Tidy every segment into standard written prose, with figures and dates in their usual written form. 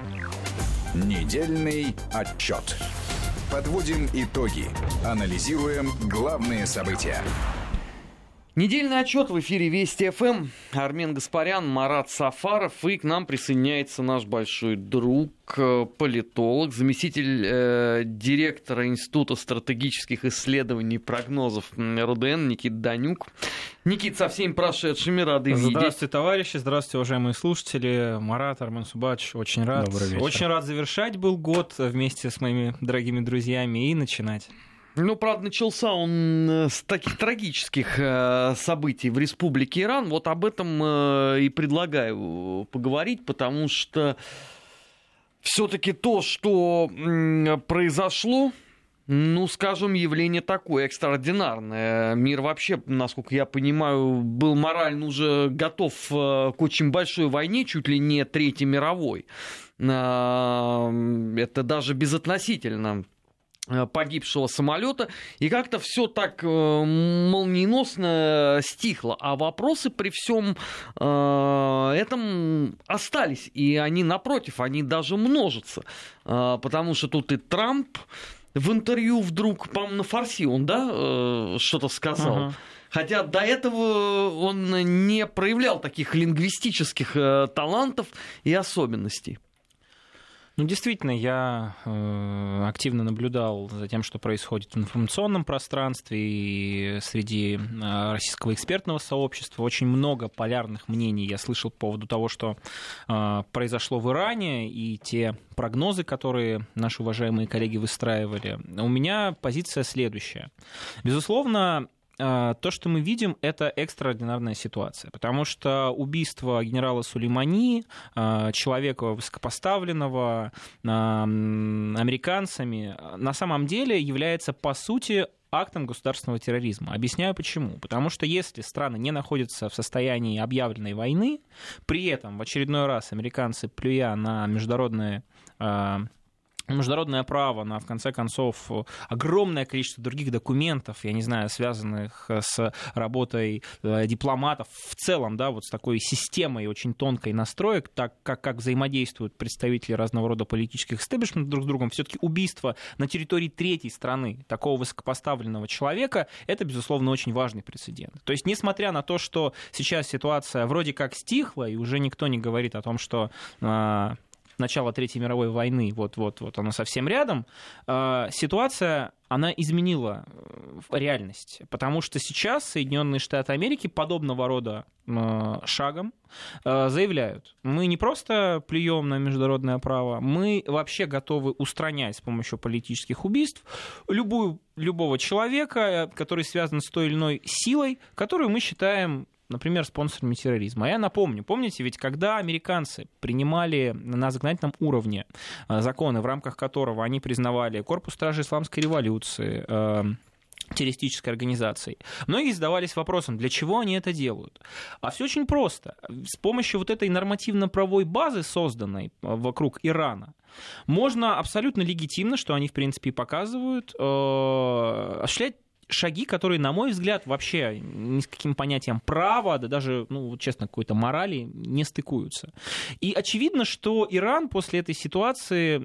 Недельный отчет. Подводим итоги. Анализируем главные события. Недельный отчет в эфире Вести ФМ. Армен Гаспарян, Марат Сафаров. И к нам присоединяется наш большой друг, политолог, заместитель директора Института стратегических исследований и прогнозов РУДН Никита Данюк. Никит, со всеми прошедшими, рады видеть. Здравствуйте, товарищи, здравствуйте, уважаемые слушатели. Марат, Армен Субатович, очень рад. Добрый вечер. Очень рад завершать был год вместе с моими дорогими друзьями и начинать. Ну, правда, начался он с таких трагических событий в Республике Иран. Вот об этом и предлагаю поговорить, потому что все-таки то, что произошло, ну, скажем, явление такое экстраординарное. Мир вообще, насколько я понимаю, был морально уже готов к очень большой войне, чуть ли не Третьей мировой. Это даже безотносительно погибшего самолета, и как-то все так молниеносно стихло. А вопросы при всем этом остались, и они, напротив, они даже множатся. Потому что тут и Трамп в интервью вдруг, по-моему, на фарси он, да, что-то сказал. Uh-huh. Хотя до этого он не проявлял таких лингвистических талантов и особенностей. Ну, действительно, я активно наблюдал за тем, что происходит в информационном пространстве и среди российского экспертного сообщества. Очень много полярных мнений я слышал по поводу того, что произошло в Иране, и те прогнозы, которые наши уважаемые коллеги выстраивали. У меня позиция следующая. Безусловно, то, что мы видим, это экстраординарная ситуация, потому что убийство генерала Сулеймани, человека высокопоставленного американцами, на самом деле является, по сути, актом государственного терроризма. Объясняю почему. Потому что если страны не находятся в состоянии объявленной войны, при этом в очередной раз американцы, плюя на международное право, в конце концов, огромное количество других документов, я не знаю, связанных с работой дипломатов в целом, да, вот с такой системой очень тонкой настроек, так как взаимодействуют представители разного рода политических истеблишментов друг с другом, все-таки убийство на территории третьей страны такого высокопоставленного человека, это, безусловно, очень важный прецедент. То есть, несмотря на то, что сейчас ситуация вроде как стихла, и уже никто не говорит о том, что начало Третьей мировой войны, вот оно совсем рядом, ситуация, она изменила реальность, потому что сейчас Соединенные Штаты Америки подобного рода шагом заявляют, мы не просто плюем на международное право, мы вообще готовы устранять с помощью политических убийств любого человека, который связан с той или иной силой, которую мы считаем, например, спонсорами терроризма. А я напомню, помните, ведь когда американцы принимали на законодательном уровне законы, в рамках которого они признавали Корпус Стражи Исламской революции террористической организацией, многие задавались вопросом, для чего они это делают. А все очень просто. С помощью вот этой нормативно-правовой базы, созданной вокруг Ирана, можно абсолютно легитимно, что они, в принципе, и показывают, осуществлять шаги, которые, на мой взгляд, вообще ни с каким понятием права, да даже, честно, какой-то морали не стыкуются. И очевидно, что Иран после этой ситуации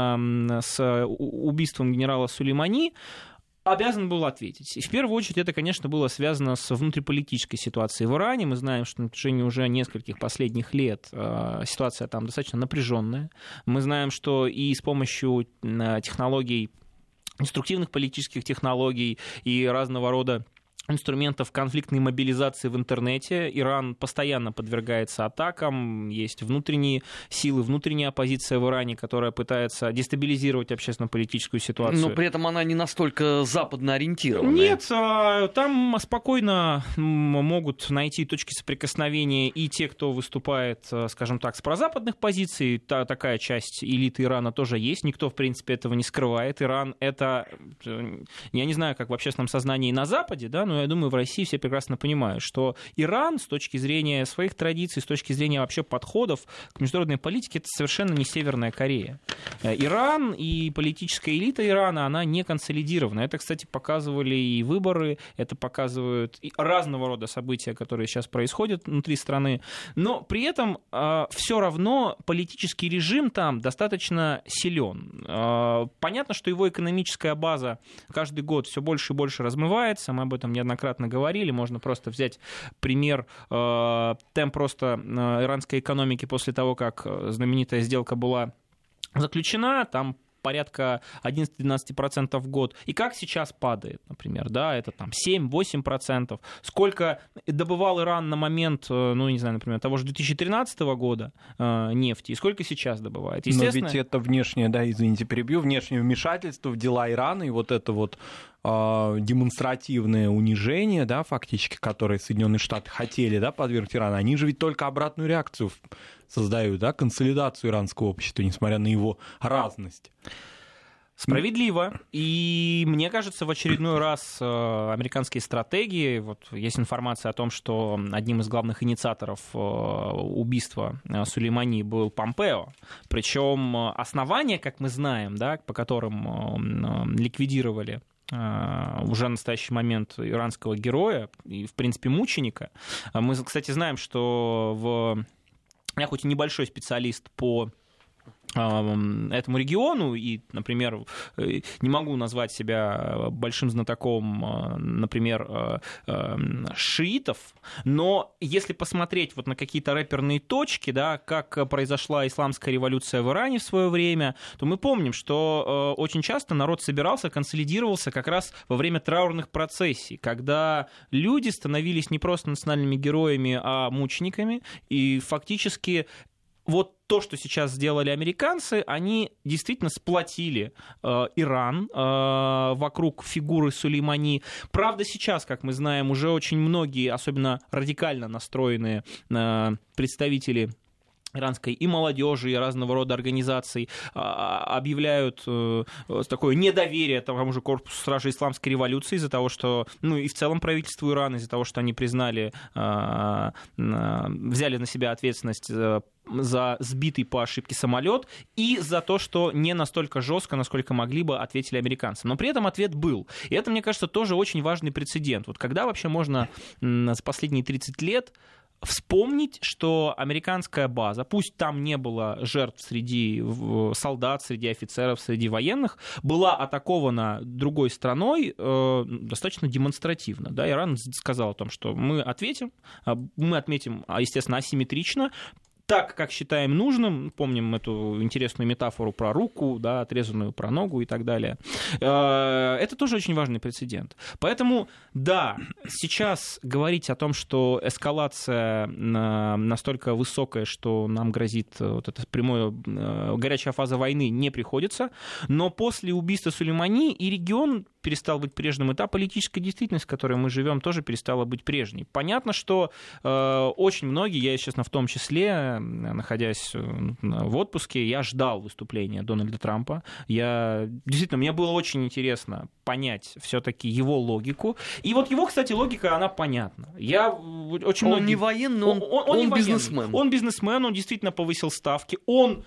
с убийством генерала Сулеймани обязан был ответить. И в первую очередь это, конечно, было связано с внутриполитической ситуацией в Иране. Мы знаем, что на протяжении уже нескольких последних лет ситуация там достаточно напряженная. Мы знаем, что и с помощью технологий, деструктивных политических технологий и разного рода инструментов конфликтной мобилизации в интернете. Иран постоянно подвергается атакам, есть внутренние силы, внутренняя оппозиция в Иране, которая пытается дестабилизировать общественно-политическую ситуацию. Но при этом она не настолько западно ориентирована. Нет, там спокойно могут найти точки соприкосновения и те, кто выступает, скажем так, с прозападных позиций. Такая часть элиты Ирана тоже есть, никто, в принципе, этого не скрывает. Иран — это, я не знаю, как в общественном сознании на Западе, да, но но я думаю, в России все прекрасно понимают, что Иран с точки зрения своих традиций, с точки зрения вообще подходов к международной политике, это совершенно не Северная Корея. Иран и политическая элита Ирана, она не консолидирована. Это, кстати, показывали и выборы, это показывают и разного рода события, которые сейчас происходят внутри страны. Но при этом все равно политический режим там достаточно силен. Понятно, что его экономическая база каждый год все больше и больше размывается. Мы об этом неоднократно говорили. Можно просто взять пример темп роста иранской экономики после того, как знаменитая сделка была заключена. Там порядка 11-12% в год. И как сейчас падает, например, да, это там 7-8%. Сколько добывал Иран на момент, ну, не знаю, например, того же 2013 года нефти, и сколько сейчас добывает. Естественно... Но ведь это внешнее, да, извините, перебью, внешнее вмешательство в дела Ирана, и вот это вот демонстративное унижение, да, фактически, которое Соединенные Штаты хотели, да, подвергнуть Ирану, они же ведь только обратную реакцию создают, да, консолидацию иранского общества, несмотря на его разность. Справедливо. И мне кажется, в очередной раз американские стратегии, вот есть информация о том, что одним из главных инициаторов убийства Сулеймани был Помпео. Причем основания, как мы знаем, да, по которым ликвидировали уже в настоящий момент иранского героя и, в принципе, мученика. Мы, кстати, знаем, что я хоть и небольшой специалист по этому региону, и, например, не могу назвать себя большим знатоком, например, шиитов, но если посмотреть вот на какие-то рэперные точки, да, как произошла исламская революция в Иране в свое время, то мы помним, что очень часто народ собирался, консолидировался как раз во время траурных процессий, когда люди становились не просто национальными героями, а мучениками, и фактически вот то, что сейчас сделали американцы, они действительно сплотили Иран вокруг фигуры Сулеймани. Правда, сейчас, как мы знаем, уже очень многие, особенно радикально настроенные представители иранской и молодежи, и разного рода организаций объявляют такое недоверие тому же корпусу стражей исламской революции из-за того, что, ну и в целом правительству Ирана, из-за того, что они взяли на себя ответственность за сбитый по ошибке самолет и за то, что не настолько жестко, насколько могли бы, ответили американцы. Но при этом ответ был. И это, мне кажется, тоже очень важный прецедент. Вот когда вообще можно за последние 30 лет вспомнить, что американская база, пусть там не было жертв среди солдат, среди офицеров, среди военных, была атакована другой страной достаточно демонстративно. Да? Иран сказал о том, что мы ответим, мы отметим, естественно, асимметрично, так, как считаем нужным. Помним эту интересную метафору про руку, да, отрезанную про ногу и так далее. Это тоже очень важный прецедент. Поэтому, да, сейчас говорить о том, что эскалация настолько высокая, что нам грозит вот эта прямая горячая фаза войны, не приходится. Но после убийства Сулеймани и регион перестал быть прежним, и та политическая действительность, в которой мы живем, тоже перестала быть прежней. Понятно, что очень многие, я, честно, в том числе, находясь в отпуске, я ждал выступления Дональда Трампа. Действительно, мне было очень интересно понять все-таки его логику. И вот его, кстати, логика, она понятна. Он не военный, он бизнесмен. Он бизнесмен, он действительно повысил ставки, он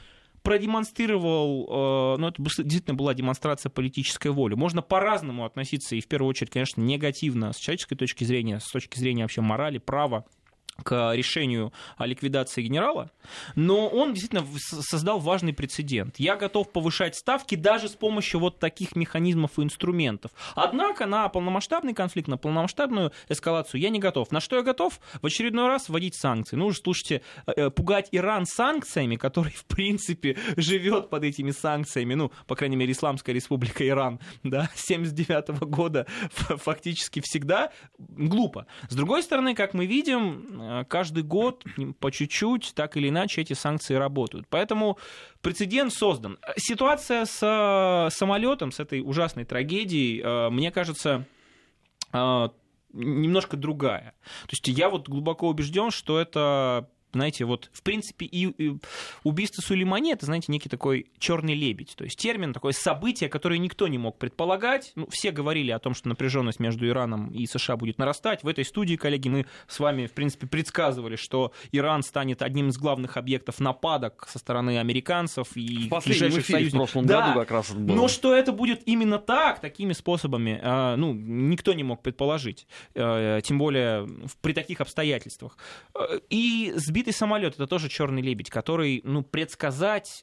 продемонстрировал, ну, это действительно была демонстрация политической воли. Можно по-разному относиться, и в первую очередь, конечно, негативно с человеческой точки зрения, с точки зрения вообще морали, права к решению о ликвидации генерала, но он действительно создал важный прецедент. Я готов повышать ставки даже с помощью вот таких механизмов и инструментов. Однако на полномасштабный конфликт, на полномасштабную эскалацию я не готов. На что я готов? В очередной раз вводить санкции. Ну, слушайте, пугать Иран санкциями, который, в принципе, живет под этими санкциями, ну, по крайней мере, Исламская республика Иран, да, с 1979 года фактически всегда, глупо. С другой стороны, как мы видим, каждый год по чуть-чуть, так или иначе, эти санкции работают. Поэтому прецедент создан. Ситуация с самолетом, с этой ужасной трагедией, мне кажется, немножко другая. То есть я вот глубоко убежден, что это знаете, вот, в принципе, и убийство Сулеймани — это, знаете, некий такой черный лебедь, то есть термин, такое событие, которое никто не мог предполагать. Ну, все говорили о том, что напряженность между Ираном и США будет нарастать. В этой студии, коллеги, мы с вами, в принципе, предсказывали, что Иран станет одним из главных объектов нападок со стороны американцев и ближайших союзников. В прошлом году как раз это было. Но что это будет именно так, такими способами, ну, никто не мог предположить, тем более при таких обстоятельствах. И сбитый самолет — это тоже черный лебедь, который, ну, предсказать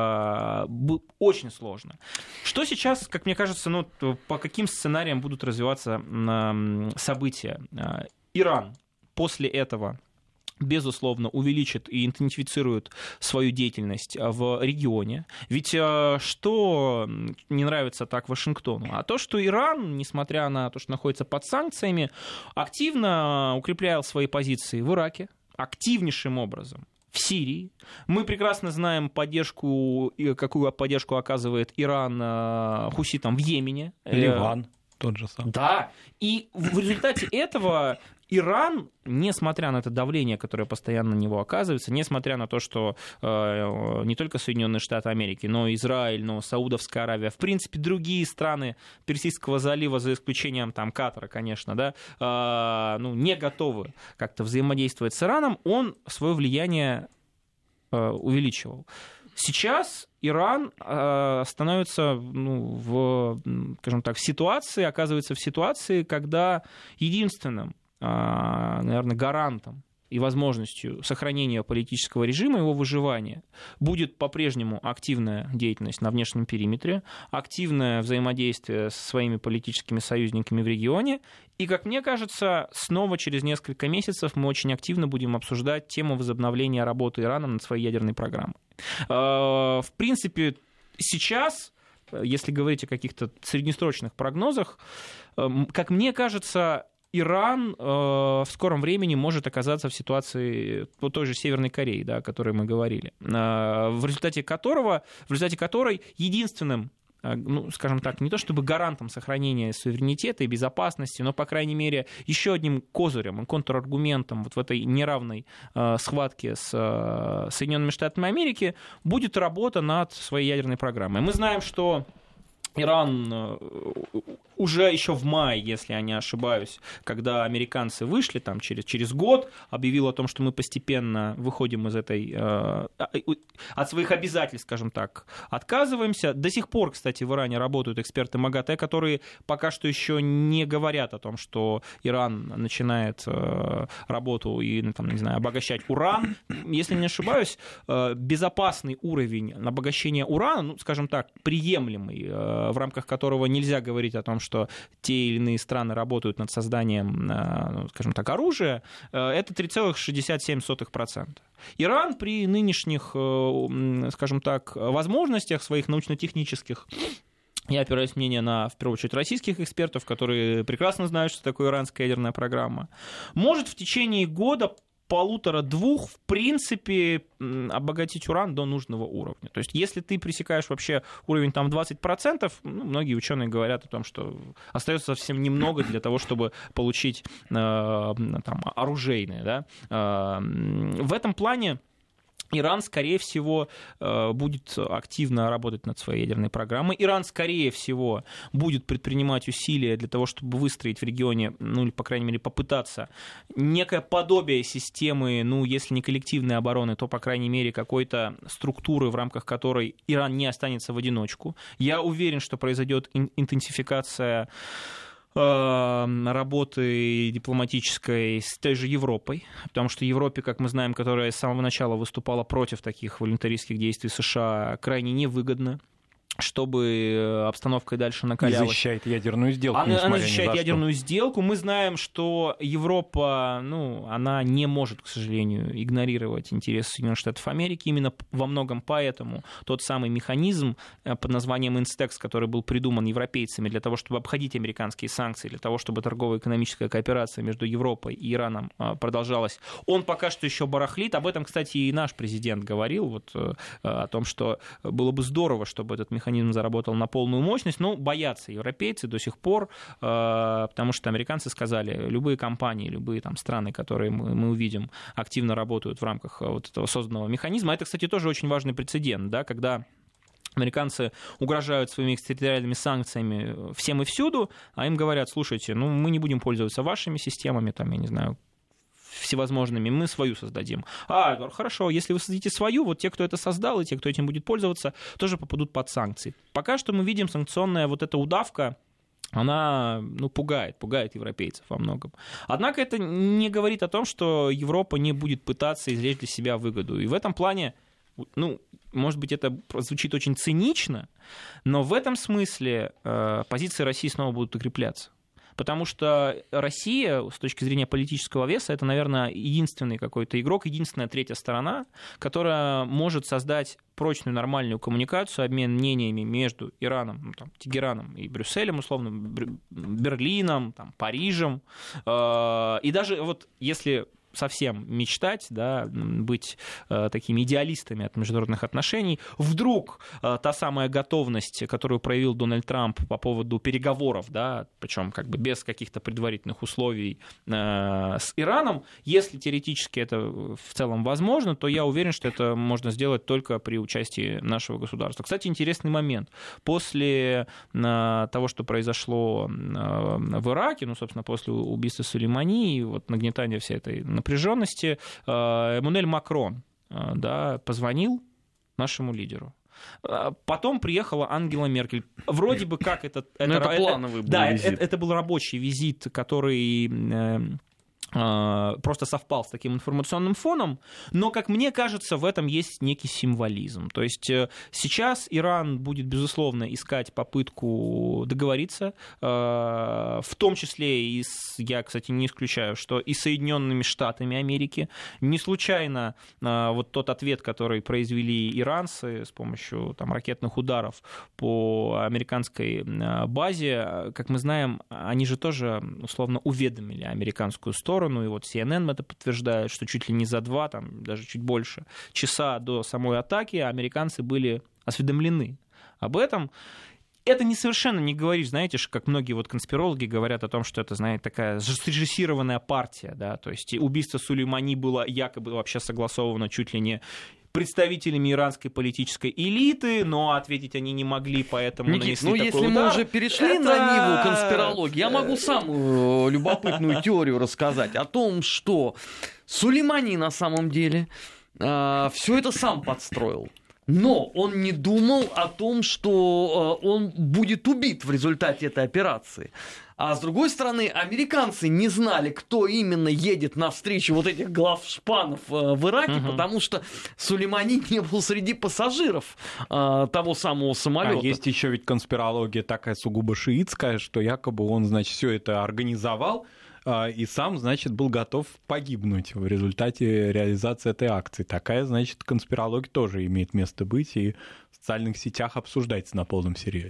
очень сложно. Что сейчас, как мне кажется, ну, по каким сценариям будут развиваться события? Иран после этого, безусловно, увеличит и интенсифицирует свою деятельность в регионе. Ведь что не нравится так Вашингтону? А то, что Иран, несмотря на то, что находится под санкциями, активно укреплял свои позиции в Ираке, активнейшим образом в Сирии. Мы прекрасно знаем поддержку, какую поддержку оказывает Иран хуситам в Йемене. Ливан тот же самый. Да, и в результате этого Иран, несмотря на это давление, которое постоянно на него оказывается, несмотря на то, что не только Соединенные Штаты Америки, но и Израиль, но Саудовская Аравия, в принципе, другие страны Персидского залива, за исключением там Катара, конечно, да, ну, не готовы как-то взаимодействовать с Ираном, он свое влияние увеличивал. Сейчас Иран становится, ну, скажем так, оказывается в ситуации, когда единственным, наверное, гарантом и возможностью сохранения политического режима, его выживания, будет по-прежнему активная деятельность на внешнем периметре, активное взаимодействие со своими политическими союзниками в регионе. И, как мне кажется, снова через несколько месяцев мы очень активно будем обсуждать тему возобновления работы Ирана над своей ядерной программой. В принципе, сейчас, если говорить о каких-то среднесрочных прогнозах, как мне кажется, Иран в скором времени может оказаться в ситуации той же Северной Кореи, да, о которой мы говорили, в результате которой единственным, ну, скажем так, не то чтобы гарантом сохранения суверенитета и безопасности, но, по крайней мере, еще одним козырем, контраргументом вот в этой неравной схватке с Соединенными Штатами Америки будет работа над своей ядерной программой. Мы знаем, что Иран уже еще в мае, если я не ошибаюсь, когда американцы вышли там через год, объявил о том, что мы постепенно выходим из этой, от своих обязательств, скажем так, отказываемся. До сих пор, кстати, в Иране работают эксперты МАГАТЭ, которые пока что еще не говорят о том, что Иран начинает работу и, там, не знаю, обогащать уран. Если не ошибаюсь, безопасный уровень обогащения урана, ну, скажем так, приемлемый, в рамках которого нельзя говорить о том, что те или иные страны работают над созданием, ну, скажем так, оружия, это 3,67%. Иран при нынешних, скажем так, возможностях своих научно-технических, я опираюсь мнение на, в первую очередь, российских экспертов, которые прекрасно знают, что такое иранская ядерная программа, может в течение года, полутора-двух, в принципе, обогатить уран до нужного уровня. То есть, если ты пресекаешь вообще уровень там 20%, ну, многие ученые говорят о том, что остается совсем немного для того, чтобы получить там, оружейное. Да? В этом плане Иран, скорее всего, будет активно работать над своей ядерной программой. Иран, скорее всего, будет предпринимать усилия для того, чтобы выстроить в регионе, ну, или, по крайней мере, попытаться некое подобие системы, ну, если не коллективной обороны, то, по крайней мере, какой-то структуры, в рамках которой Иран не останется в одиночку. Я уверен, что произойдет интенсификация работы дипломатической с той же Европой, потому что Европе, как мы знаем, которая с самого начала выступала против таких волюнтаристских действий США, крайне невыгодно, чтобы обстановка и дальше накалялась. И защищает ядерную сделку. Она защищает ядерную сделку. Мы знаем, что Европа, ну, она не может, к сожалению, игнорировать интересы Соединенных Штатов Америки. Именно во многом поэтому тот самый механизм под названием Инстекс, который был придуман европейцами для того, чтобы обходить американские санкции, для того, чтобы торгово-экономическая кооперация между Европой и Ираном продолжалась, он пока что еще барахлит. Об этом, кстати, и наш президент говорил, вот, о том, что было бы здорово, чтобы этот механизм механизм заработал на полную мощность, но боятся европейцы до сих пор, потому что американцы сказали, любые компании, любые там страны, которые мы увидим, активно работают в рамках вот этого созданного механизма. Это, кстати, тоже очень важный прецедент, да, когда американцы угрожают своими экстерриториальными санкциями всем и всюду, а им говорят, слушайте, ну мы не будем пользоваться вашими системами, там, я не знаю, всевозможными, мы свою создадим. Хорошо, если вы создадите свою, вот те, кто это создал, и те, кто этим будет пользоваться, тоже попадут под санкции. Пока что мы видим санкционная вот эта удавка, она пугает европейцев во многом. Однако это не говорит о том, что Европа не будет пытаться извлечь для себя выгоду. И в этом плане, может быть, это звучит очень цинично, но в этом смысле позиции России снова будут укрепляться. Потому что Россия, с точки зрения политического веса, это, наверное, единственный какой-то игрок, единственная третья сторона, которая может создать прочную, нормальную коммуникацию, обмен мнениями между Ираном, Тегераном и Брюсселем, условно, Берлином, Парижем. И даже вот если совсем мечтать, да, быть такими идеалистами от международных отношений, вдруг та самая готовность, которую проявил Дональд Трамп по поводу переговоров, да, причем как бы без каких-то предварительных условий с Ираном, если теоретически это в целом возможно, то я уверен, что это можно сделать только при участии нашего государства. Кстати, интересный момент. После того, что произошло в Ираке, собственно, после убийства Сулеймани и вот нагнетания всей этой напряженности, Эммануэль Макрон, да, позвонил нашему лидеру. Потом приехала Ангела Меркель. Вроде бы как это плановый был визит. Это был рабочий визит, который просто совпал с таким информационным фоном, но, как мне кажется, в этом есть некий символизм. То есть сейчас Иран будет, безусловно, искать попытку договориться, в том числе и я, кстати, не исключаю, что и Соединенными Штатами Америки. Не случайно вот тот ответ, который произвели иранцы с помощью ракетных ударов по американской базе, как мы знаем, они же тоже, условно, уведомили американскую сторону, и вот CNN это подтверждает, что чуть ли не за 2, даже чуть больше часа до самой атаки американцы были осведомлены об этом. Это совершенно не говорит, знаете, как многие вот конспирологи говорят о том, что это, знаете, такая срежиссированная партия, да, то есть убийство Сулеймани было якобы вообще согласовано чуть ли не представителями иранской политической элиты, но ответить они не могли, поэтому нанесли такой удар. Если мы уже перешли на ниву конспирологии, я могу самую любопытную теорию рассказать о том, что Сулеймани на самом деле все это сам подстроил. Но он не думал о том, что он будет убит в результате этой операции. А с другой стороны, американцы не знали, кто именно едет навстречу вот этих глав шпанов в Ираке, потому что Сулеймани не был среди пассажиров того самого самолета. А есть еще ведь конспирология такая сугубо шиитская, что якобы он, значит, все это организовал и сам, значит, был готов погибнуть в результате реализации этой акции. Такая, значит, конспирология тоже имеет место быть и в социальных сетях обсуждается на полном серьезе.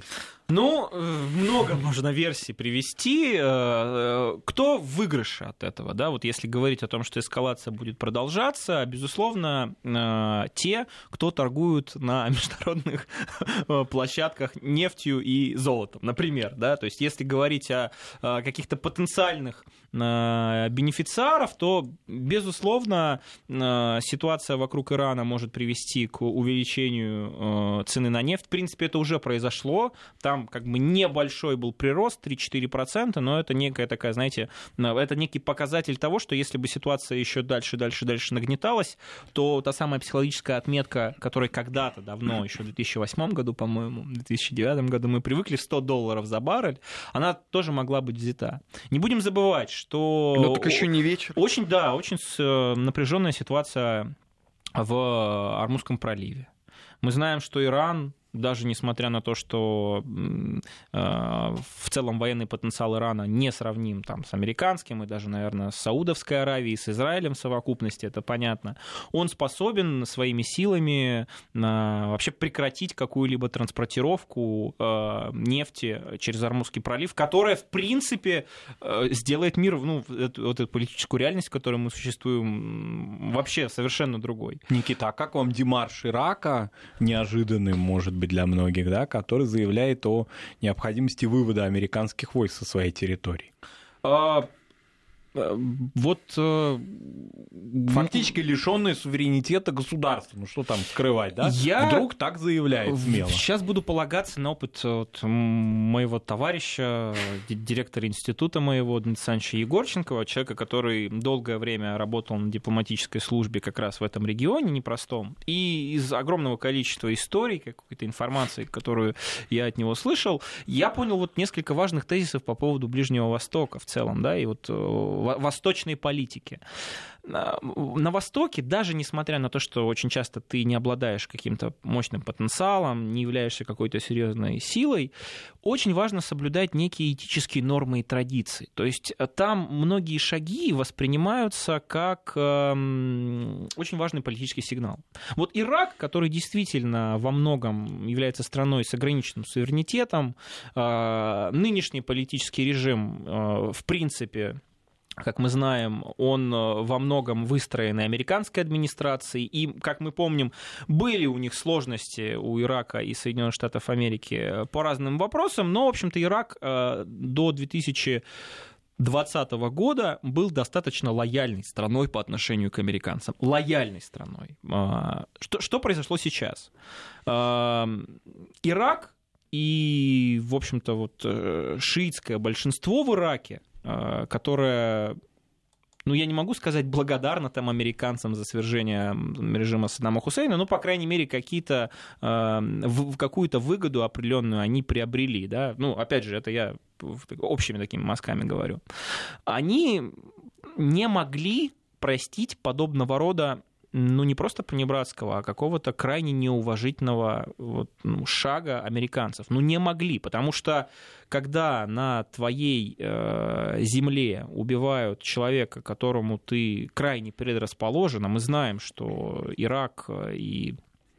Много можно версий привести. Кто в выигрыше от этого? Да? Вот если говорить о том, что эскалация будет продолжаться, безусловно, те, кто торгуют на международных площадках нефтью и золотом, например. Да? То есть если говорить о каких-то потенциальных бенефициаров, то, безусловно, ситуация вокруг Ирана может привести к увеличению цены на нефть. В принципе, это уже произошло. Там как бы небольшой был прирост, 3-4%, но это некая такая, знаете, это некий показатель того, что если бы ситуация еще дальше нагнеталась, то та самая психологическая отметка, которой когда-то давно, еще в 2008 году, по-моему, в 2009 году мы привыкли, $100 за баррель, она тоже могла быть взята. Не будем забывать, что... Но так еще не вечер. Очень напряженная ситуация в Ормузском проливе. Мы знаем, что Иран, даже несмотря на то, что в целом военный потенциал Ирана не сравним с американским и даже, наверное, с Саудовской Аравией, с Израилем в совокупности, это понятно, он способен своими силами вообще прекратить какую-либо транспортировку нефти через Ормузский пролив, которая, в принципе, сделает мир, эту политическую реальность, в которой мы существуем, вообще совершенно другой. Никита, а как вам демарш Ирака неожиданным, может быть, быть, для многих, да, который заявляет о необходимости вывода американских войск со своей территории. Вот фактически лишенное суверенитета государства. Ну что там скрывать, да? Вдруг так заявляет смело. Сейчас буду полагаться на опыт моего товарища, директора института моего, Дмитрия Александровича Егорченкова, человека, который долгое время работал на дипломатической службе как раз в этом регионе непростом. И из огромного количества историй, какой-то информации, которую я от него слышал, я понял вот несколько важных тезисов по поводу Ближнего Востока в целом, да, и вот восточной политики. На Востоке, даже несмотря на то, что очень часто ты не обладаешь каким-то мощным потенциалом, не являешься какой-то серьезной силой, очень важно соблюдать некие этические нормы и традиции. То есть там многие шаги воспринимаются как очень важный политический сигнал. Вот Ирак, который действительно во многом является страной с ограниченным суверенитетом, нынешний политический режим, в принципе, как мы знаем, он во многом выстроен американской администрацией, и, как мы помним, были у них сложности у Ирака и Соединенных Штатов Америки по разным вопросам, но, в общем-то, Ирак до 2020 года был достаточно лояльной страной по отношению к американцам. Лояльной страной. Что произошло сейчас? Ирак и, в общем-то, вот шиитское большинство в Ираке, которая, ну, я не могу сказать благодарна там американцам за свержение режима Саддама Хусейна, но, по крайней мере, какую-то выгоду определенную они приобрели, да, ну, опять же, это я общими такими мазками говорю. Они не могли простить подобного рода, ну, не просто понебратского, а какого-то крайне неуважительного шага американцев. Ну, не могли, потому что когда на твоей земле убивают человека, которому ты крайне предрасположен, а мы знаем, что Ирак и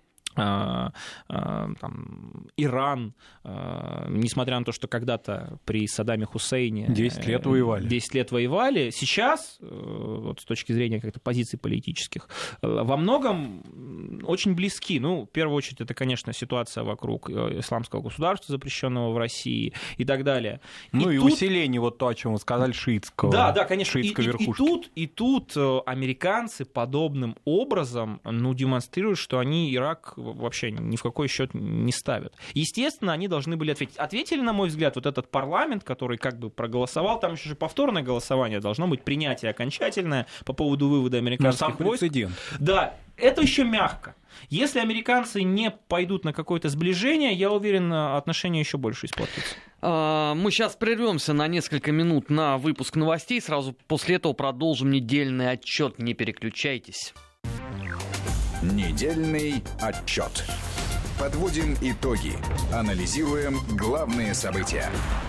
Иран, несмотря на то, что когда-то при Саддаме Хусейне 10 лет воевали. Сейчас, вот с точки зрения как-то позиций политических, во многом очень близки. Ну, в первую очередь, это, конечно, ситуация вокруг исламского государства, запрещенного в России и так далее. Ну и усиление, вот то, о чем вы сказали, шиитского. Да, конечно. Шиитской верхушки. И тут американцы подобным образом, ну, демонстрируют, что они Ирак вообще ни в какой счет не ставят. Естественно, они должны были ответить. Ответили, на мой взгляд, вот этот парламент, который как бы проголосовал, там еще же повторное голосование, должно быть принятие окончательное по поводу вывода американских войск. Прецедент. Да, это еще мягко. Если американцы не пойдут на какое-то сближение, я уверен, отношения еще больше испортятся. Мы сейчас прервемся на несколько минут на выпуск новостей. Сразу после этого продолжим недельный отчет. Не переключайтесь. Недельный отчет. Подводим итоги. Анализируем главные события.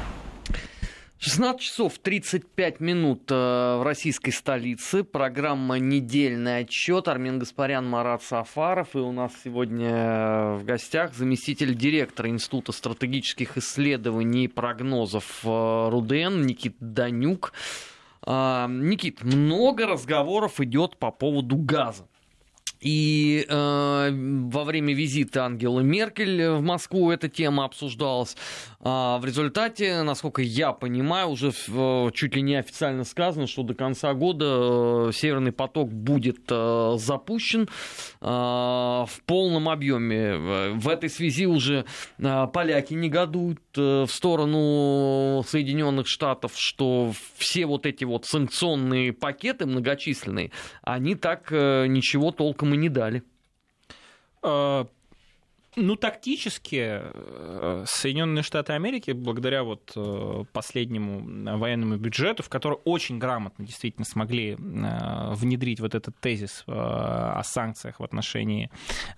16 часов 35 минут в российской столице. Программа «Недельный отчет». Армен Гаспарян, Марат Сафаров. И у нас сегодня в гостях заместитель директора Института стратегических исследований и прогнозов РУДН Никита Данюк. Никит, много разговоров идет по поводу газа. И во время визита Ангелы Меркель в Москву эта тема обсуждалась. В результате, насколько я понимаю, уже чуть ли не официально сказано, что до конца года «Северный поток» будет запущен в полном объеме. В этой связи уже поляки негодуют в сторону Соединенных Штатов, что все вот эти вот санкционные пакеты многочисленные, они так ничего толком и не дали. Ну, тактически Соединенные Штаты Америки, благодаря вот последнему военному бюджету, в который очень грамотно действительно смогли внедрить вот этот тезис о санкциях в отношении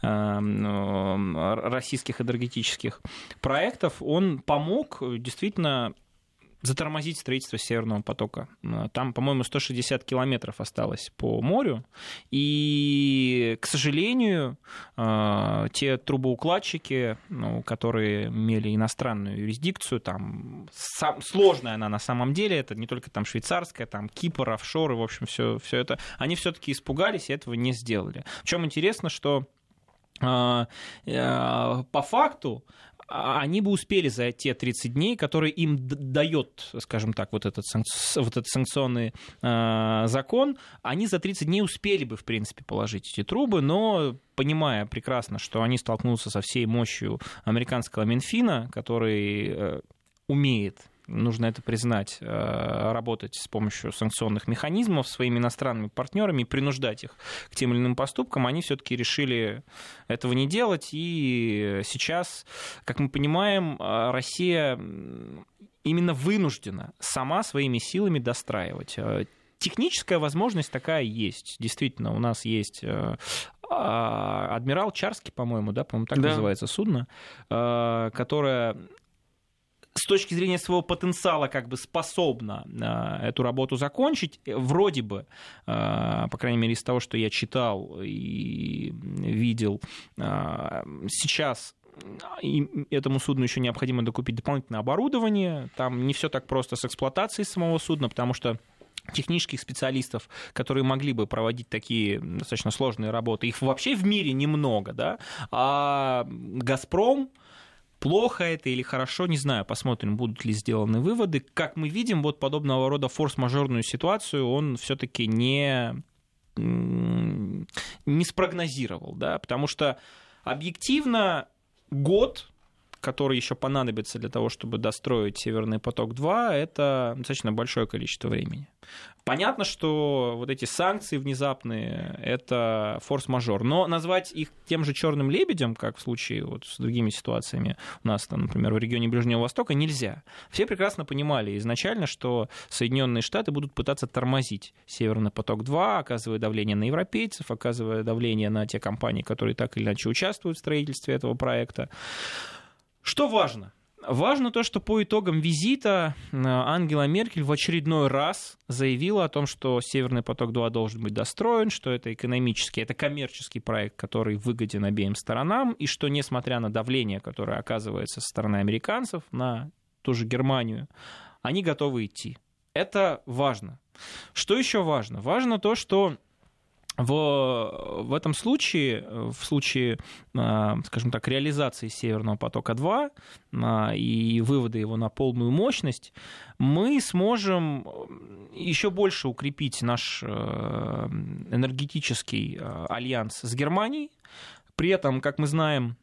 российских энергетических проектов, он помог действительно затормозить строительство Северного потока. Там, по-моему, 160 километров осталось по морю, и, к сожалению, те трубоукладчики, которые имели иностранную юрисдикцию, там сложная она на самом деле, это не только там швейцарская, там Кипр, офшоры, в общем, все это, они все-таки испугались и этого не сделали. В чем интересно, что по факту они бы успели за те 30 дней, которые им дает, скажем так, вот этот санкционный закон, они за 30 дней успели бы, в принципе, положить эти трубы, но понимая прекрасно, что они столкнутся со всей мощью американского Минфина, который умеет, нужно это признать, работать с помощью санкционных механизмов своими иностранными партнерами и принуждать их к тем или иным поступкам, они все-таки решили этого не делать. И сейчас, как мы понимаем, Россия именно вынуждена сама своими силами достраивать. Техническая возможность такая есть. Действительно, у нас есть адмирал Чарский, по-моему, так называется судно, которое с точки зрения своего потенциала как бы способна эту работу закончить. Вроде бы, по крайней мере, из того, что я читал и видел, сейчас этому судну еще необходимо докупить дополнительное оборудование. Там не все так просто с эксплуатацией самого судна, потому что технических специалистов, которые могли бы проводить такие достаточно сложные работы, их вообще в мире немного, да? А «Газпром», плохо это или хорошо, не знаю, посмотрим, будут ли сделаны выводы. Как мы видим, вот подобного рода форс-мажорную ситуацию он все-таки не спрогнозировал, да, потому что объективно год, который еще понадобится для того, чтобы достроить «Северный поток-2», это достаточно большое количество времени. Понятно, что вот эти санкции внезапные – это форс-мажор, но назвать их тем же «черным лебедем», как в случае вот с другими ситуациями у нас, там, например, в регионе Ближнего Востока, нельзя. Все прекрасно понимали изначально, что Соединенные Штаты будут пытаться тормозить «Северный поток-2», оказывая давление на европейцев, оказывая давление на те компании, которые так или иначе участвуют в строительстве этого проекта. Что важно? Важно то, что по итогам визита Ангела Меркель в очередной раз заявила о том, что «Северный поток-2» должен быть достроен, что это экономический, это коммерческий проект, который выгоден обеим сторонам, и что, несмотря на давление, которое оказывается со стороны американцев на ту же Германию, они готовы идти. Это важно. Что еще важно? Важно то, что в этом случае, в случае, скажем так, реализации «Северного потока-2» и вывода его на полную мощность, мы сможем еще больше укрепить наш энергетический альянс с Германией. При этом, как мы знаем,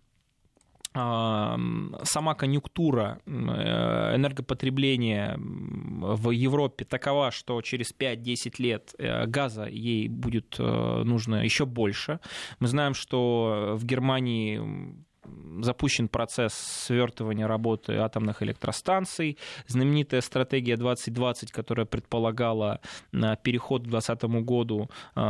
сама конъюнктура энергопотребления в Европе такова, что через 5-10 лет газа ей будет нужно еще больше. Мы знаем, что в Германии запущен процесс свертывания работы атомных электростанций. Знаменитая стратегия 2020, которая предполагала переход к 2020 году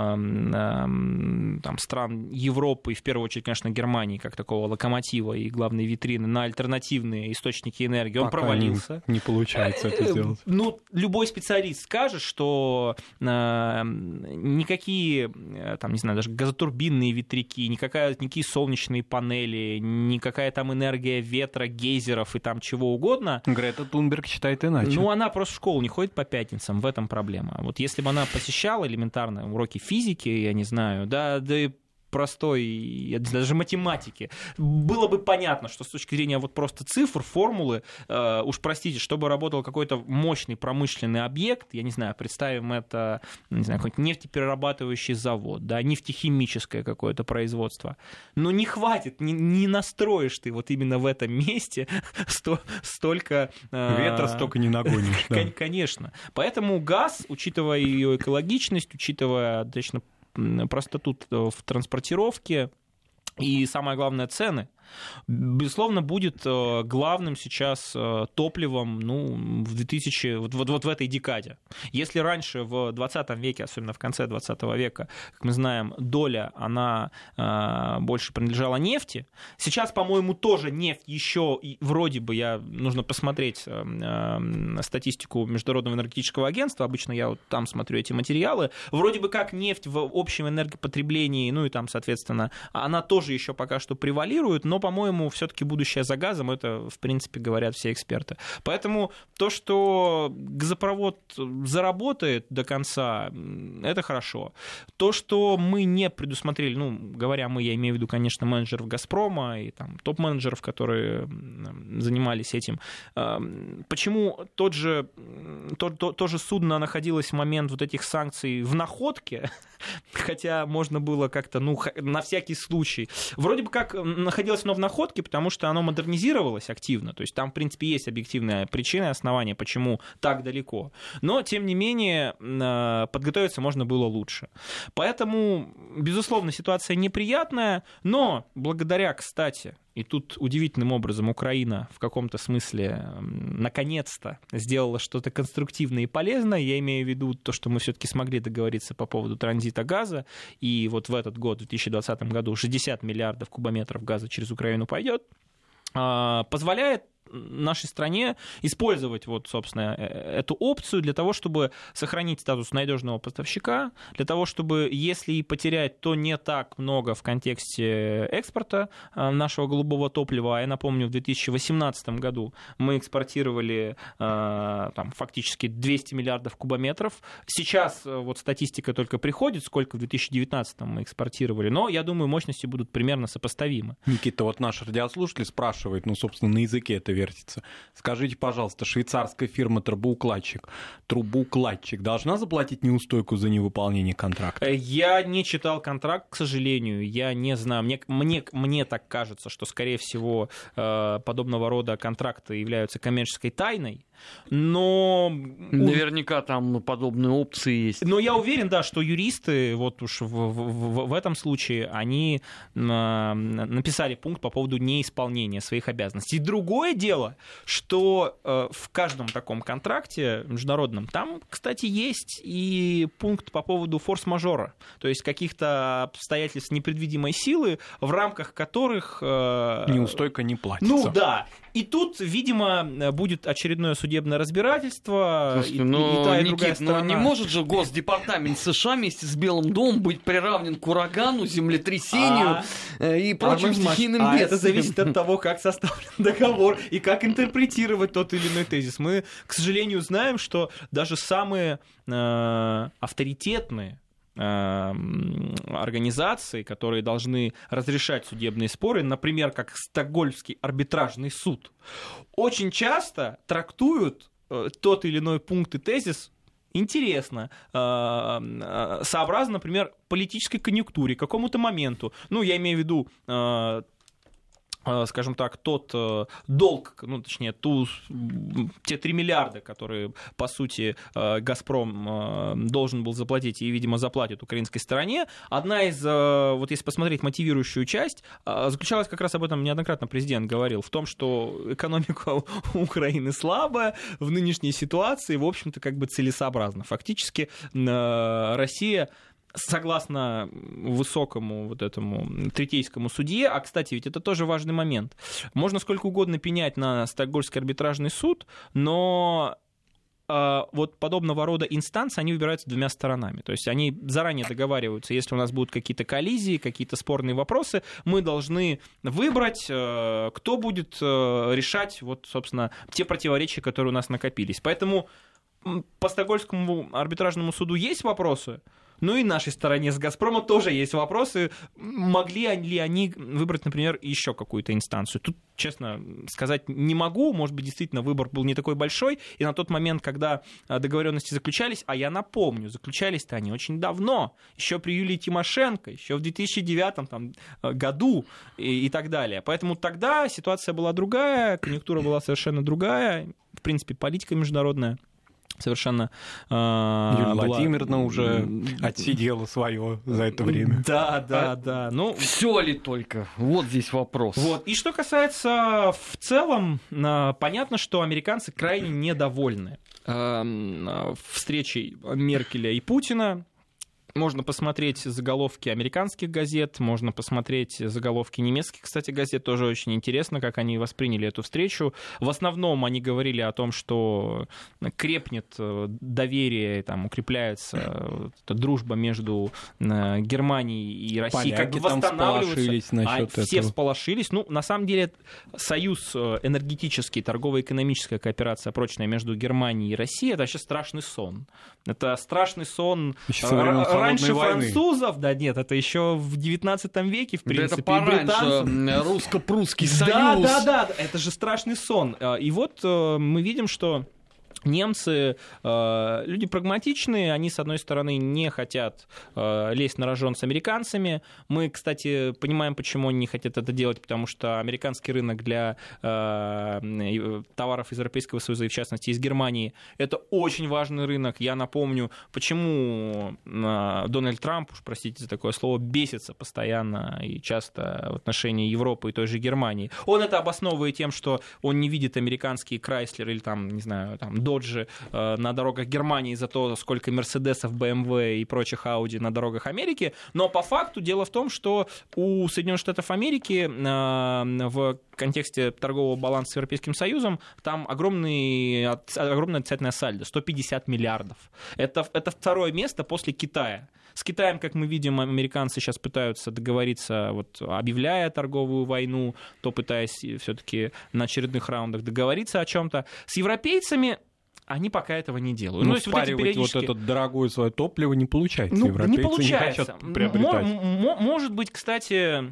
стран Европы, и в первую очередь, конечно, Германии, как такого локомотива и главной витрины, на альтернативные источники энергии, он провалился. Не получается это сделать. Ну, любой специалист скажет, что никакие, там, не знаю, даже газотурбинные ветряки, никакие солнечные панели, никакая там энергия ветра, гейзеров и там чего угодно. Грета Тунберг считает иначе. Ну, она просто в школу не ходит по пятницам, в этом проблема. Вот если бы она посещала элементарно уроки физики, я не знаю, да и простой, даже математики, было бы понятно, что с точки зрения вот просто цифр, формулы, уж простите, чтобы работал какой-то мощный промышленный объект, я не знаю, представим это, не знаю, какой-нибудь нефтеперерабатывающий завод, да, нефтехимическое какое-то производство, но не хватит, не настроишь ты вот именно в этом месте столько... Ветра столько не нагонишь. Да. Конечно. Поэтому газ, учитывая ее экологичность, учитывая достаточно простоту в транспортировке и, самое главное, цены, безусловно, будет главным сейчас топливом вот в этой декаде. Если раньше в 20 веке, особенно в конце 20 века, как мы знаем, доля, она больше принадлежала нефти, сейчас, по-моему, тоже нефть еще, вроде бы, нужно посмотреть статистику Международного энергетического агентства, обычно я вот там смотрю эти материалы, вроде бы как нефть в общем энергопотреблении, ну и там, соответственно, она тоже еще пока что превалирует, но но, по-моему, все-таки будущее за газом, это, в принципе, говорят все эксперты. Поэтому то, что газопровод заработает до конца, это хорошо. То, что мы не предусмотрели, говоря мы, я имею в виду, конечно, менеджеров «Газпрома» и там топ-менеджеров, которые занимались этим. Почему то же судно находилось в момент вот этих санкций в находке, хотя можно было как-то, на всякий случай. Вроде бы как находилось оно в находке, потому что оно модернизировалось активно, то есть там, в принципе, есть объективная причина и основания, почему так далеко. Но, тем не менее, подготовиться можно было лучше. Поэтому, безусловно, ситуация неприятная, но благодаря, кстати, и тут удивительным образом Украина в каком-то смысле наконец-то сделала что-то конструктивное и полезное. Я имею в виду то, что мы все-таки смогли договориться по поводу транзита газа. И вот в этот год, в 2020 году, 60 миллиардов кубометров газа через Украину пойдет. Позволяет нашей стране использовать, собственно, эту опцию для того, чтобы сохранить статус надежного поставщика, для того, чтобы, если и потерять, то не так много в контексте экспорта нашего голубого топлива. Я напомню, в 2018 году мы экспортировали фактически 200 миллиардов кубометров. Сейчас статистика только приходит, сколько в 2019 мы экспортировали, но, я думаю, мощности будут примерно сопоставимы. Никита, наш радиослушатель спрашивает, собственно, на языке это вертится. Скажите, пожалуйста, швейцарская фирма трубоукладчик должна заплатить неустойку за невыполнение контракта? Я не читал контракт, к сожалению, я не знаю. Мне так кажется, что, скорее всего, подобного рода контракты являются коммерческой тайной, но... Наверняка там подобные опции есть. Но я уверен, да, что юристы в этом случае, они написали пункт по поводу неисполнения своих обязанностей. Другое дело, что в каждом таком контракте международном там, кстати, есть и пункт по поводу форс-мажора, то есть каких-то обстоятельств непредвидимой силы, в рамках которых... Неустойка не платится. Да. И тут, видимо, будет очередное судебное разбирательство. Слушайте, и та, и другая сторона... не может же Госдепартамент США вместе с Белым домом быть приравнен к урагану, землетрясению и прочим стихийным бедствиям. Это зависит от того, как составлен договор и как интерпретировать тот или иной тезис. Мы, к сожалению, знаем, что даже самые авторитетные организации, которые должны разрешать судебные споры, например, как Стокгольмский арбитражный суд, очень часто трактуют тот или иной пункт и тезис интересно, сообразно, например, политической конъюнктуре, какому-то моменту. Я имею в виду... скажем так, тот долг, точнее, те 3 миллиарда, которые, по сути, «Газпром» должен был заплатить и, видимо, заплатит украинской стороне. Одна из, если посмотреть мотивирующую часть, заключалась как раз об этом неоднократно президент говорил, в том, что экономика Украины слабая в нынешней ситуации, в общем-то, целесообразна. Фактически Россия... Согласно высокому этому третейскому судье, а, кстати, ведь это тоже важный момент, можно сколько угодно пенять на Стокгольмский арбитражный суд, но подобного рода инстанции, они выбираются двумя сторонами. То есть они заранее договариваются, если у нас будут какие-то коллизии, какие-то спорные вопросы, мы должны выбрать, кто будет решать, собственно, те противоречия, которые у нас накопились. Поэтому по Стокгольмскому арбитражному суду есть вопросы, и нашей стороне с «Газпрома» тоже есть вопросы. Могли ли они выбрать, например, еще какую-то инстанцию? Тут, честно сказать, не могу. Может быть, действительно, выбор был не такой большой. И на тот момент, когда договоренности заключались, а я напомню, заключались-то они очень давно, еще при Юлии Тимошенко, еще в 2009 году и так далее. Поэтому тогда ситуация была другая, конъюнктура была совершенно другая. В принципе, политика международная совершенно... Юлия Владимировна уже отсидела свое за это время. Да. Все ли только? Вот здесь вопрос. И что касается в целом, понятно, что американцы крайне недовольны встречей Меркеля и Путина. Можно посмотреть заголовки американских газет, можно посмотреть заголовки немецких, кстати, газет. Тоже очень интересно, как они восприняли эту встречу. В основном они говорили о том, что крепнет доверие, там, укрепляется дружба между Германией и Россией. Поляки как бы восстанавливаются. Все всполошились. Ну, на самом деле, союз энергетический, торгово-экономическая кооперация прочная между Германией и Россией — это вообще страшный сон. Это страшный сон раньше французов, да нет, это еще в 19 веке, в принципе, да это пораньше, русско-прусский союз. Да, это же страшный сон. И вот мы видим, что немцы, люди прагматичные, они, с одной стороны, не хотят лезть на рожон с американцами. Мы, кстати, понимаем, почему они не хотят это делать, потому что американский рынок для товаров из Европейского Союза, и в частности из Германии, это очень важный рынок. Я напомню, почему Дональд Трамп, уж простите за такое слово, бесится постоянно и часто в отношении Европы и той же Германии. Он это обосновывает тем, что он не видит американские Chrysler или там, не знаю, там Доджи на дорогах Германии за то, сколько Мерседесов, BMW и прочих Audi на дорогах Америки. Но по факту дело в том, что у Соединенных Штатов Америки в контексте торгового баланса с Европейским Союзом там огромное отрицательное сальдо, 150 миллиардов. Это второе место после Китая. С Китаем, как мы видим, американцы сейчас пытаются договориться, вот, объявляя торговую войну, то пытаясь все-таки на очередных раундах договориться о чем-то. С европейцами они пока этого не делают. Ну, впаривать вот это дорогое свое топливо не получается. Ну, европейцы не получается. Не хотят приобретать. Может быть, кстати,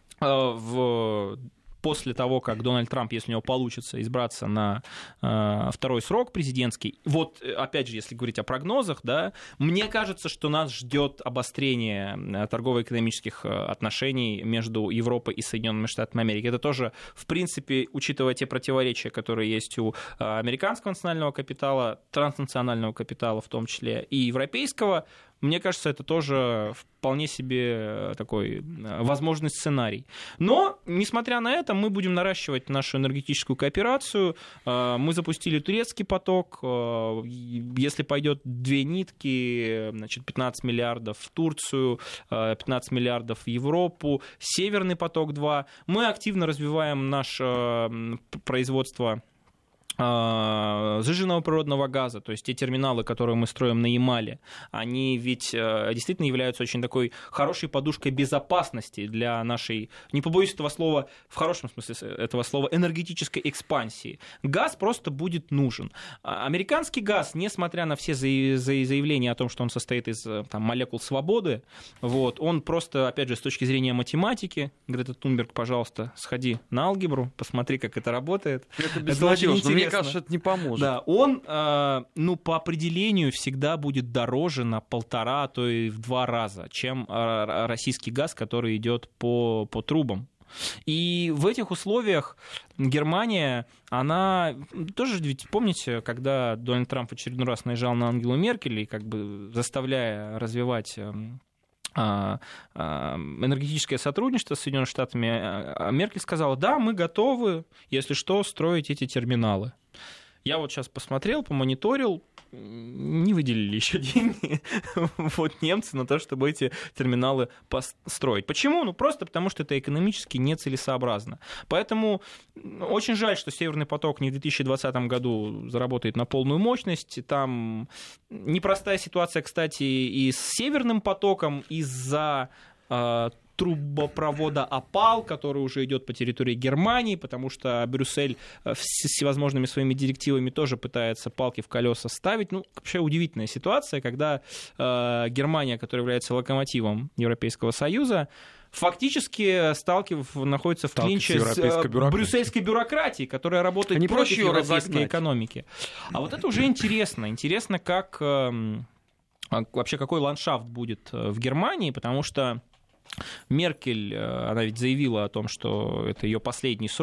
после того, как Дональд Трамп, если у него получится избраться на второй срок президентский, вот, опять же, если говорить о прогнозах, да, мне кажется, что нас ждет обострение торгово-экономических отношений между Европой и Соединенными Штатами Америки. Это тоже, в принципе, учитывая те противоречия, которые есть у американского национального капитала, транснационального капитала в том числе, и европейского, мне кажется, это тоже вполне себе такой возможный сценарий. Но, несмотря на это, мы будем наращивать нашу энергетическую кооперацию. Мы запустили турецкий поток. Если пойдет две нитки, значит, 15 миллиардов в Турцию, 15 миллиардов в Европу, Северный поток-2. Мы активно развиваем наше производство сжиженного природного газа, то есть те терминалы, которые мы строим на Ямале, они ведь действительно являются очень такой хорошей подушкой безопасности для нашей, не побоюсь этого слова, в хорошем смысле этого слова, энергетической экспансии. Газ просто будет нужен. Американский газ, несмотря на все заявления о том, что он состоит из там, молекул свободы, вот, он просто, опять же, с точки зрения математики, Грета Тунберг, пожалуйста, сходи на алгебру, посмотри, как это работает. Это безнадежно. Мне кажется, это не поможет. Да, он, по определению всегда будет дороже на 1,5, а то и в 2 раза, чем российский газ, который идет по трубам. И в этих условиях Германия, она тоже, ведь помните, когда Дональд Трамп в очередной раз наезжал на Ангелу Меркель и как бы заставляя развивать энергетическое сотрудничество с Соединенными Штатами, Меркель сказала: да, мы готовы, если что, строить эти терминалы. Я вот сейчас посмотрел, помониторил, не выделили еще деньги вот немцы на то, чтобы эти терминалы построить. Почему? Ну, просто потому, что это экономически нецелесообразно. Поэтому очень жаль, что Северный поток не в 2020 году заработает на полную мощность. Там непростая ситуация, кстати, и с Северным потоком из-за трубопровода «Опал», который уже идет по территории Германии, потому что Брюссель всевозможными своими директивами тоже пытается палки в колеса ставить. Ну, вообще удивительная ситуация, когда Германия, которая является локомотивом Европейского Союза, фактически находится в клинче с брюссельской бюрократией, которая работает против европейской экономики. А вот это уже интересно. Интересно, как вообще какой ландшафт будет в Германии, потому что Меркель, она ведь заявила о том, что это ее последний срок,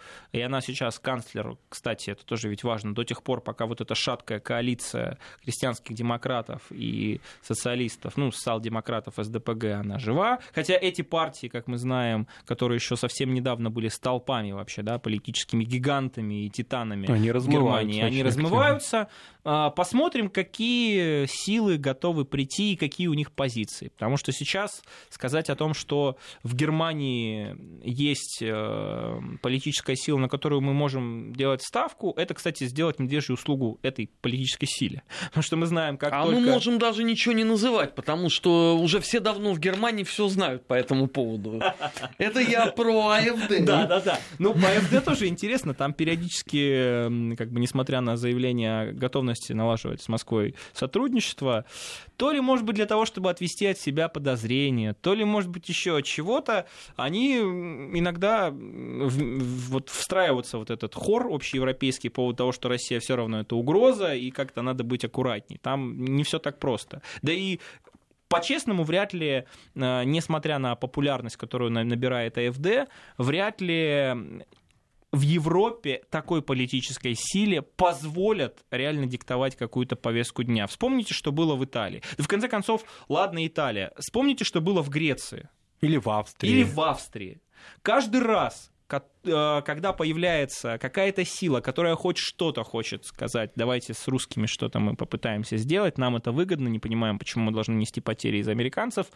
и она сейчас канцлер, кстати, это тоже ведь важно, до тех пор, пока вот эта шаткая коалиция крестьянских демократов и социалистов, ну, социал-демократов, СДПГ, она жива, хотя эти партии, как мы знаем, которые еще совсем недавно были столпами вообще, да, политическими гигантами и титанами в Германии, они размываются. Посмотрим, какие силы готовы прийти и какие у них позиции. Потому что сейчас сказать о том, что в Германии есть политическая сила, на которую мы можем делать ставку, это, кстати, сделать медвежью услугу этой политической силе. Потому что мы знаем, как только... мы можем даже ничего не называть, потому что уже все давно в Германии все знают по этому поводу. Это я про АФД. Да. Ну, по АФД тоже интересно. Там периодически, как бы, несмотря на заявление о готовности налаживать с Москвой сотрудничество, то ли, может быть, для того, чтобы отвести от себя подозрения, то ли, может быть, еще от чего-то, они иногда вот встраиваются вот этот хор общеевропейский по поводу того, что Россия все равно это угроза, и как-то надо быть аккуратней. Там не все так просто. Да и по-честному, вряд ли, несмотря на популярность, которую набирает АФД, вряд ли в Европе такой политической силе позволят реально диктовать какую-то повестку дня. Вспомните, что было в Италии. Да, в конце концов, ладно, Италия. Вспомните, что было в Греции. Или в Австрии. Каждый раз, когда появляется какая-то сила, которая хоть что-то хочет сказать, давайте с русскими что-то мы попытаемся сделать, нам это выгодно, не понимаем, почему мы должны нести потери из американцев,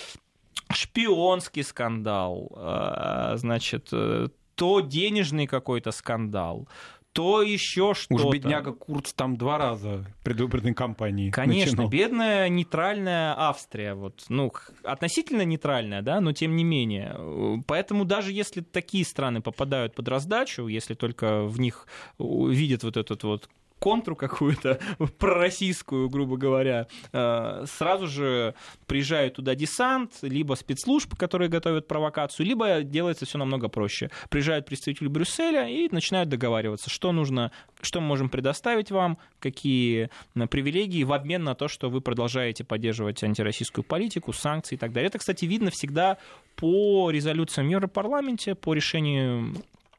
шпионский скандал, значит, то денежный какой-то скандал, то еще что-то. Уж бедняга Курц там 2 раза предвыборной кампании Конечно, начинал. бедная нейтральная Австрия, вот, ну, относительно нейтральная, да, но тем не менее. Поэтому даже если такие страны попадают под раздачу, если только в них видят вот этот вот контру какую-то пророссийскую, грубо говоря, сразу же приезжает туда десант, либо спецслужб, которые готовят провокацию, либо делается все намного проще. Приезжают представители Брюсселя и начинают договариваться, что нужно, что мы можем предоставить вам, какие привилегии в обмен на то, что вы продолжаете поддерживать антироссийскую политику, санкции и так далее. Это, кстати, видно всегда по резолюциям в Европарламенте, по решению,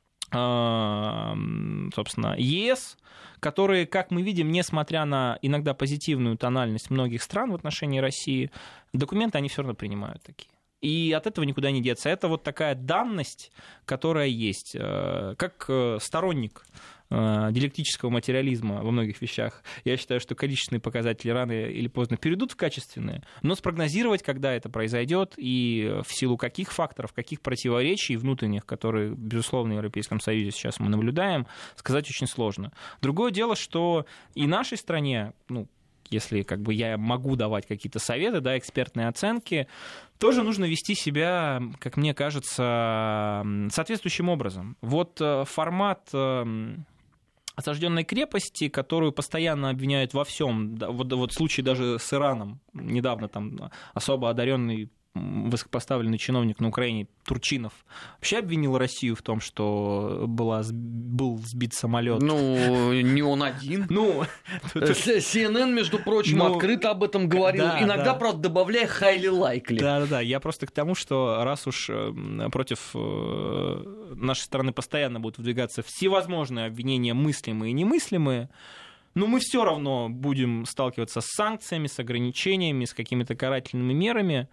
собственно, ЕС, которые, как мы видим, несмотря на иногда позитивную тональность многих стран в отношении России, документы они все равно принимают такие. И от этого никуда не деться. Это вот такая данность, которая есть. Как сторонник диалектического материализма во многих вещах, я считаю, что количественные показатели рано или поздно перейдут в качественные, но спрогнозировать, когда это произойдет и в силу каких факторов, каких противоречий внутренних, которые, безусловно, в Европейском Союзе сейчас мы наблюдаем, сказать очень сложно. Другое дело, что и нашей стране, ну, если как бы я могу давать какие-то советы, да, экспертные оценки, тоже нужно вести себя, как мне кажется, соответствующим образом. Вот формат осажденной крепости, которую постоянно обвиняют во всем, вот в случае даже с Ираном, недавно там особо одаренный высокопоставленный чиновник на Украине Турчинов вообще обвинил Россию в том, что был сбит самолет. Ну, не он один. Ну, CNN, между прочим, открыто об этом говорил. Да, иногда, да. правда, добавляя highly likely. Да. Я просто к тому, что раз уж против нашей страны постоянно будут выдвигаться всевозможные обвинения, мыслимые и немыслимые, но мы все равно будем сталкиваться с санкциями, с ограничениями, с какими-то карательными мерами.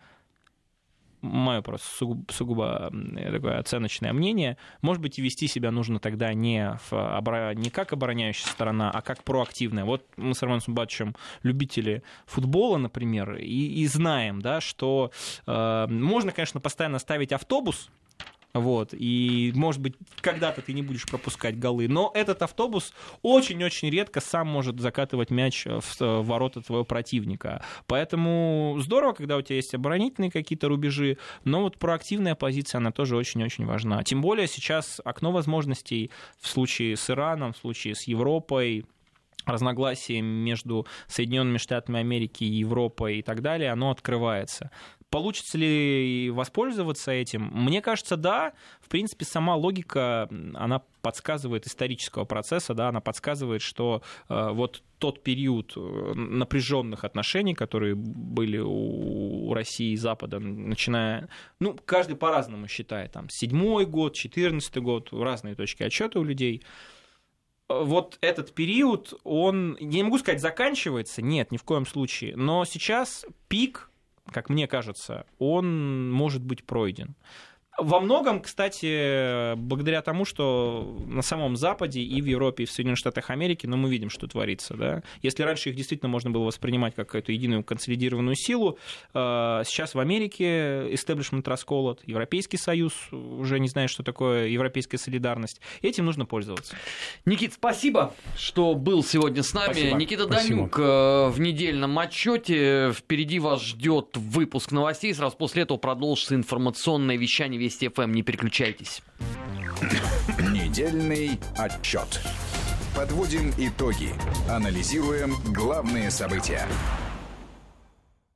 Мое просто сугубо такое оценочное мнение. Может быть, и вести себя нужно тогда не как обороняющая сторона, а как проактивная. Вот мы с Романом Сумбатовичем любители футбола, например, и знаем, да, что можно, конечно, постоянно ставить автобус, вот, и, может быть, когда-то ты не будешь пропускать голы, но этот автобус очень-очень редко сам может закатывать мяч в ворота твоего противника. Поэтому здорово, когда у тебя есть оборонительные какие-то рубежи, но вот проактивная позиция, она тоже очень-очень важна. Тем более сейчас окно возможностей в случае с Ираном, в случае с Европой, разногласия между Соединенными Штатами Америки и Европой и так далее, оно открывается. Получится ли воспользоваться этим? Мне кажется, да. В принципе, сама логика, она подсказывает исторического процесса, да, она подсказывает, что вот тот период напряженных отношений, которые были у России и Запада, начиная, ну, каждый по-разному считает, там, 7-й год, 14-й год, разные точки отсчета у людей. Вот этот период, он, я не могу сказать, заканчивается, нет, ни в коем случае, но сейчас пик, как мне кажется, он может быть пройден. Во многом, кстати, благодаря тому, что на самом Западе и в Европе, и в Соединенных Штатах Америки, мы видим, что творится. Да? Если раньше их действительно можно было воспринимать как какую-то единую консолидированную силу, сейчас в Америке истеблишмент расколот, Европейский Союз уже не знает, что такое европейская солидарность. Этим нужно пользоваться. Никит, спасибо, что был сегодня с нами. Спасибо. Никита Спасибо. Данюк в недельном отчете. Впереди вас ждет выпуск новостей. Сразу после этого продолжится информационное вещание Вести ФМ. Не переключайтесь. Недельный отчет. Подводим итоги. Анализируем главные события.